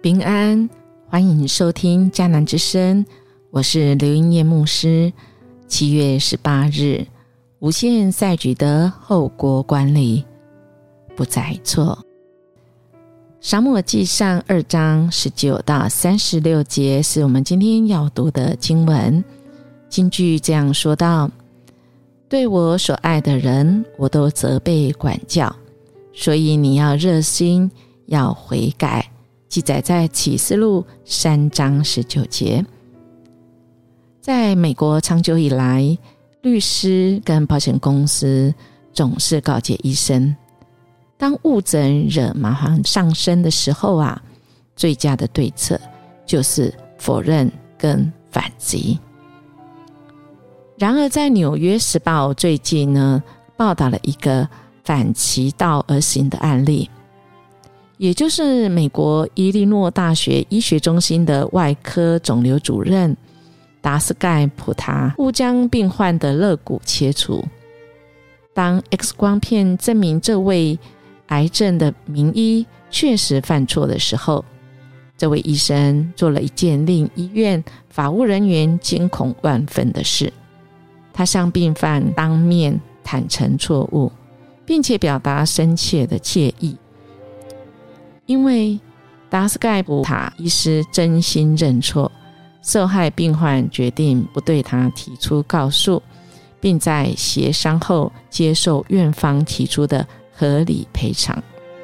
平安，欢迎收听迦南之声，我是刘英叶牧师。7月18日，无限赛局的后果管理不再错。撒母耳记上2章19到36节是我们今天要读的经文。金句这样说道：对我所爱的人，我都责备管教，所以你要热心，要悔改。记载在启示录3章19节。在美国长久以来，律师跟保险公司总是告诫医生，当误诊惹麻烦上身的时候最佳的对策就是否认跟反击。然而在纽约时报最近报道了一个反其道而行的案例，也就是美国伊利诺大学医学中心的外科肿瘤主任达斯盖普塔误将病患的肋骨切除。当 X 光片证明这位癌症的名医确实犯错的时候，这位医生做了一件令医院法务人员惊恐万分的事。他向病患当面坦诚错误，并且表达深切的歉意。因为达斯盖普塔医师真心认错，受害病患决定不对他提出告诉，并在协商后接受院方提出的合理赔偿。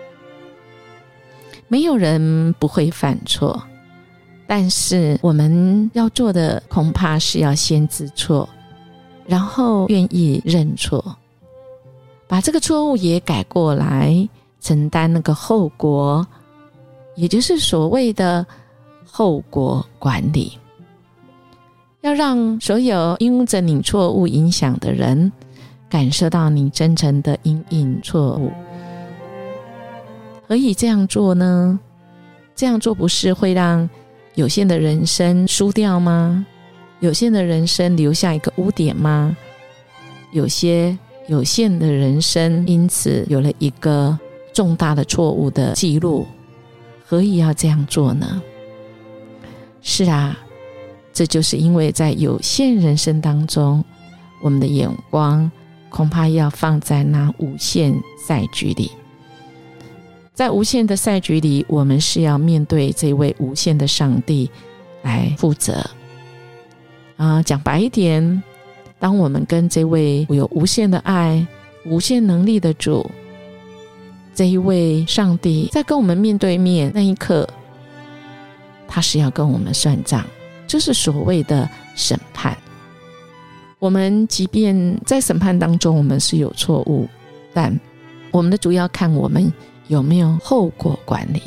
没有人不会犯错，但是我们要做的恐怕是要先知错，然后愿意认错，把这个错误也改过来，承担那个后果，也就是所谓的后果管理。要让所有因着你错误影响的人感受到你真诚的因应错误。何以这样做呢？这样做不是会让有限的人生输掉吗？有限的人生留下一个污点吗？有些有限的人生因此有了一个重大的错误的记录，何以要这样做呢？是啊，这就是因为在有限人生当中，我们的眼光恐怕要放在那无限赛局里。在无限的赛局里，我们是要面对这位无限的上帝来负责。讲白一点，当我们跟这位有无限的爱、无限能力的主，这一位上帝在跟我们面对面那一刻，他是要跟我们算账，这是所谓的审判。我们即便在审判当中我们是有错误，但我们的主要看我们有没有后果管理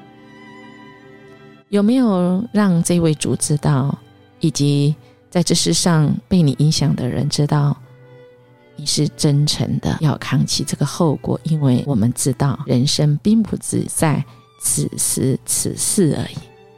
有没有让这位主知道，以及在这世上被你影响的人知道你是真诚的要扛起这个后果。因为我们知道人生并不只在此时此世而已，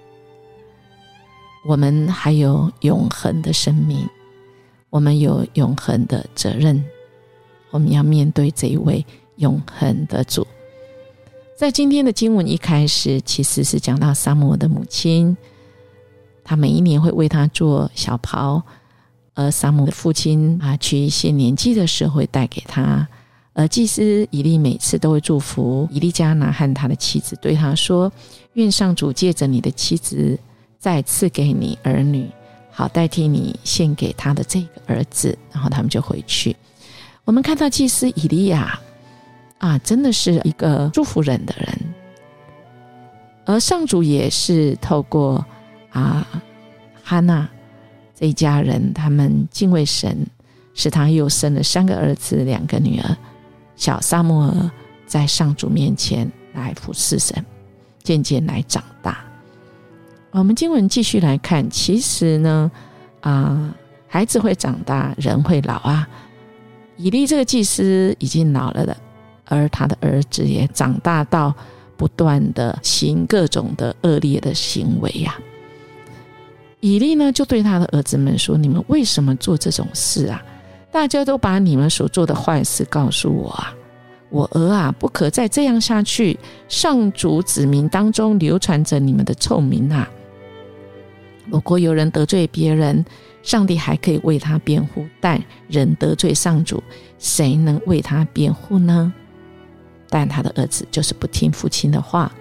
我们还有永恒的生命，我们有永恒的责任，我们要面对这一位永恒的主。在今天的经文一开始，其实是讲到撒母耳的母亲，他每一年会为他做小袍，而撒母耳的父亲取一些年纪的时候会带给他。而祭司以利每次都会祝福以利加拿和他的妻子，对他说：愿上主借着你的妻子再赐给你儿女，好代替你献给他的这个儿子。然后他们就回去。我们看到祭司以利亚真的是一个祝福人的人，而上主也是透过哈娜这一家人，他们敬畏神，使他又生了3个儿子2个女儿。小撒母耳在上主面前来服侍神，渐渐来长大。我们经文继续来看，其实呢孩子会长大，人会老以利这个祭司已经老了的，而他的儿子也长大到不断的行各种的恶劣的行为以利呢就对他的儿子们说：你们为什么做这种事大家都把你们所做的坏事告诉我我儿啊，不可再这样下去，上主子民当中流传着你们的臭名啊。如果有人得罪别人，上帝还可以为他辩护，但人得罪上主，谁能为他辩护呢？但他的儿子就是不听父亲的话。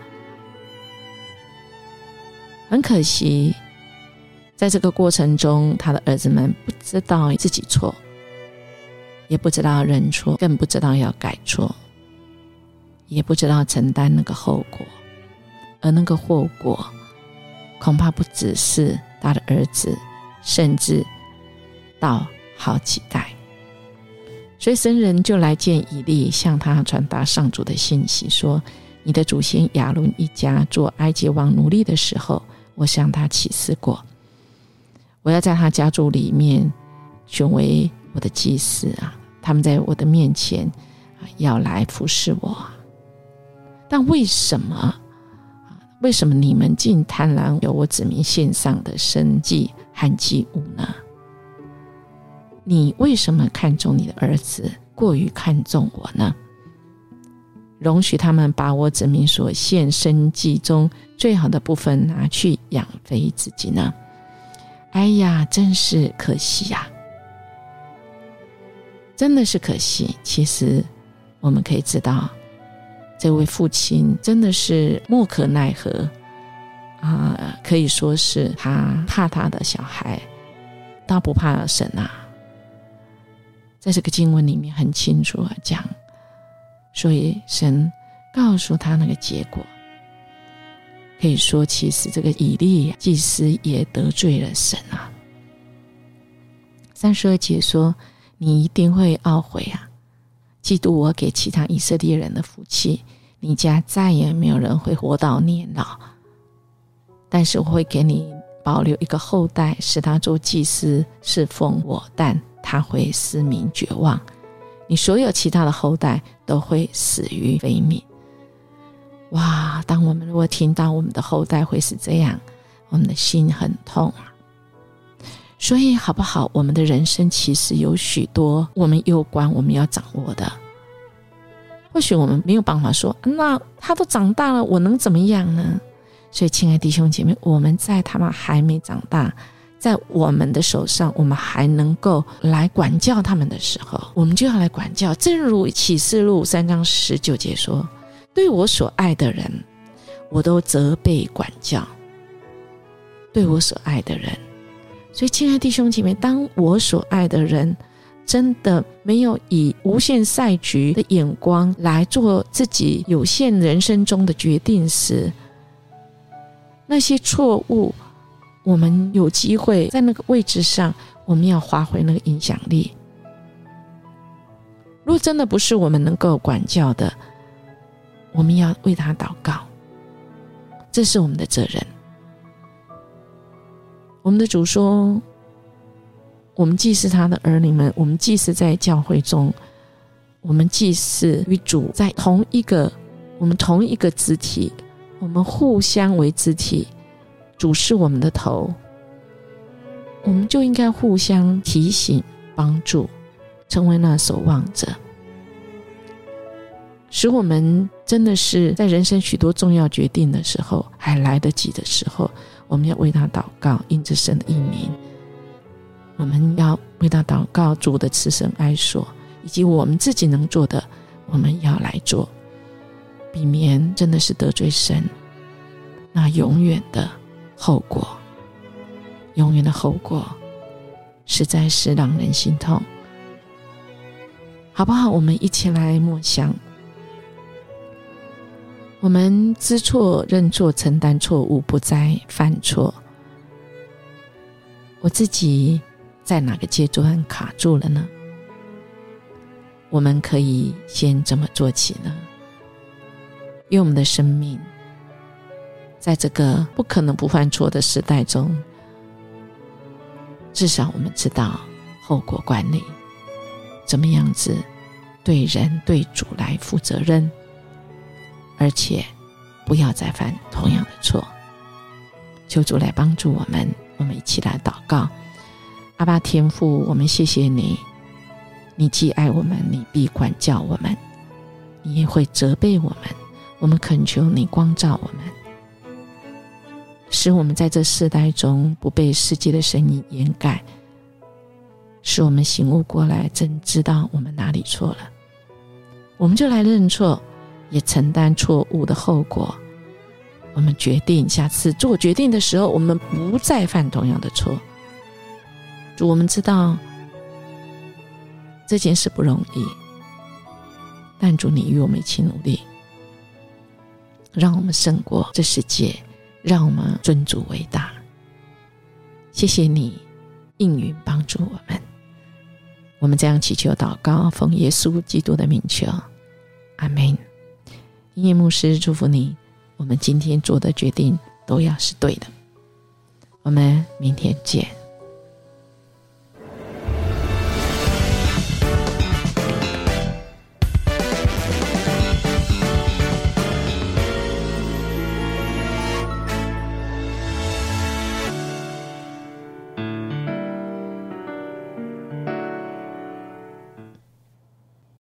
很可惜，在这个过程中，他的儿子们不知道自己错，也不知道认错，更不知道要改错，也不知道承担那个后果。而那个后果恐怕不只是他的儿子，甚至到好几代。所以僧人就来见以利，向他传达上主的信息，说你的祖先亚伦一家做埃及王奴隶的时候，我向他起誓过，我要在他家族里面选为我的祭司啊，他们在我的面前要来服侍我。但为什么你们竟贪婪由我子民献上的牲祭和祭物呢？你为什么看重你的儿子，过于看重我呢？容许他们把我子民所献牲祭中最好的部分拿去养肥自己呢？哎呀，真是可惜呀！真的是可惜。其实我们可以知道，这位父亲真的是莫可奈何可以说是他怕他的小孩，倒不怕神啊。在这个经文里面很清楚讲，所以神告诉他那个结果。可以说其实这个以利祭司也得罪了神啊。32节说，你一定会懊悔啊，嫉妒我给其他以色列人的福气，你家再也没有人会活到年老，但是我会给你保留一个后代，使他做祭司侍奉我，但他会失明绝望，你所有其他的后代都会死于非命。哇，当我们如果听到我们的后代会是这样，我们的心很痛啊。所以好不好，我们的人生其实有许多我们攸关我们要掌握的。或许我们没有办法说，那他都长大了，我能怎么样呢？所以亲爱的弟兄姐妹，我们在他们还没长大，在我们的手上，我们还能够来管教他们的时候，我们就要来管教。正如启示录3章19节说，对我所爱的人，我都责备管教。对我所爱的人，所以亲爱的弟兄姐妹，当我所爱的人真的没有以无限赛局的眼光来做自己有限人生中的决定时，那些错误，我们有机会在那个位置上，我们要发挥那个影响力。如果真的不是我们能够管教的，我们要为他祷告，这是我们的责任。我们的主说，我们既是他的儿女们，我们既是在教会中，我们既是与主在同一个肢体，我们互相为肢体，主是我们的头，我们就应该互相提醒帮助，成为那守望者，使我们真的是在人生许多重要决定的时候还来得及的时候，我们要为他祷告，因着神的义名，我们要为他祷告，主的慈神爱所，以及我们自己能做的，我们要来做，避免真的是得罪神，那永远的后果实在是让人心痛。好不好？我们一起来默想，我们知错认错，承担错误，不再犯错。我自己在哪个阶段卡住了呢？我们可以先怎么做起呢？因为我们的生命在这个不可能不犯错的时代中，至少我们知道后果管理，怎么样子对人对主来负责任，而且不要再犯同样的错。求主来帮助我们，我们一起来祷告。阿爸天父，我们谢谢你，你既爱我们，你必管教我们。 你也会责备我们。我们恳求你光照我们，使我们在这世代中不被世界的声音掩盖，使我们醒悟过来，真知道我们哪里错了，我们就来认错，也承担错误的后果。我们决定下次做决定的时候，我们不再犯同样的错。主，我们知道这件事不容易，但主你与我们一起努力，让我们胜过这世界，让我们尊主为大。谢谢你应允帮助我们，我们这样祈求祷告，奉耶稣基督的名求，阿们。音乐牧师祝福你，我们今天做的决定都要是对的。我们明天见。